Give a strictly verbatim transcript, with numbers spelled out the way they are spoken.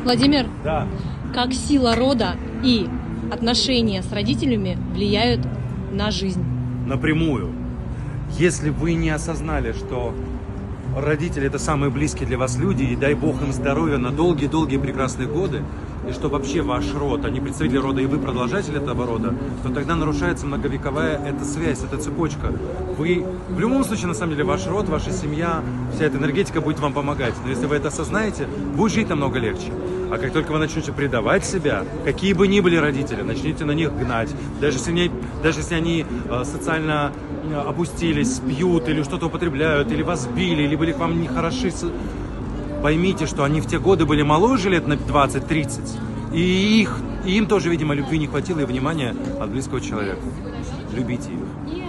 Владимир, Да. как сила рода и отношения с родителями влияют на жизнь? Напрямую. Если вы не осознали, что родители — это самые близкие для вас люди, и дай Бог им здоровья на долгие-долгие прекрасные годы, и что вообще ваш род, они представители рода, и вы продолжатель этого рода, то тогда нарушается многовековая эта связь, эта цепочка. Вы, в любом случае, на самом деле, ваш род, ваша семья, вся эта энергетика будет вам помогать. Но если вы это осознаете, будет жить намного легче. А как только вы начнете предавать себя, какие бы ни были родители, начнете на них гнать, даже если они, даже если они э, социально э, опустились, пьют или что-то употребляют, или вас били, или были к вам нехороши, поймите, что они в те годы были моложе лет на двадцать-тридцать, и, их, и им тоже, видимо, любви не хватило и внимания от близкого человека. Любите их.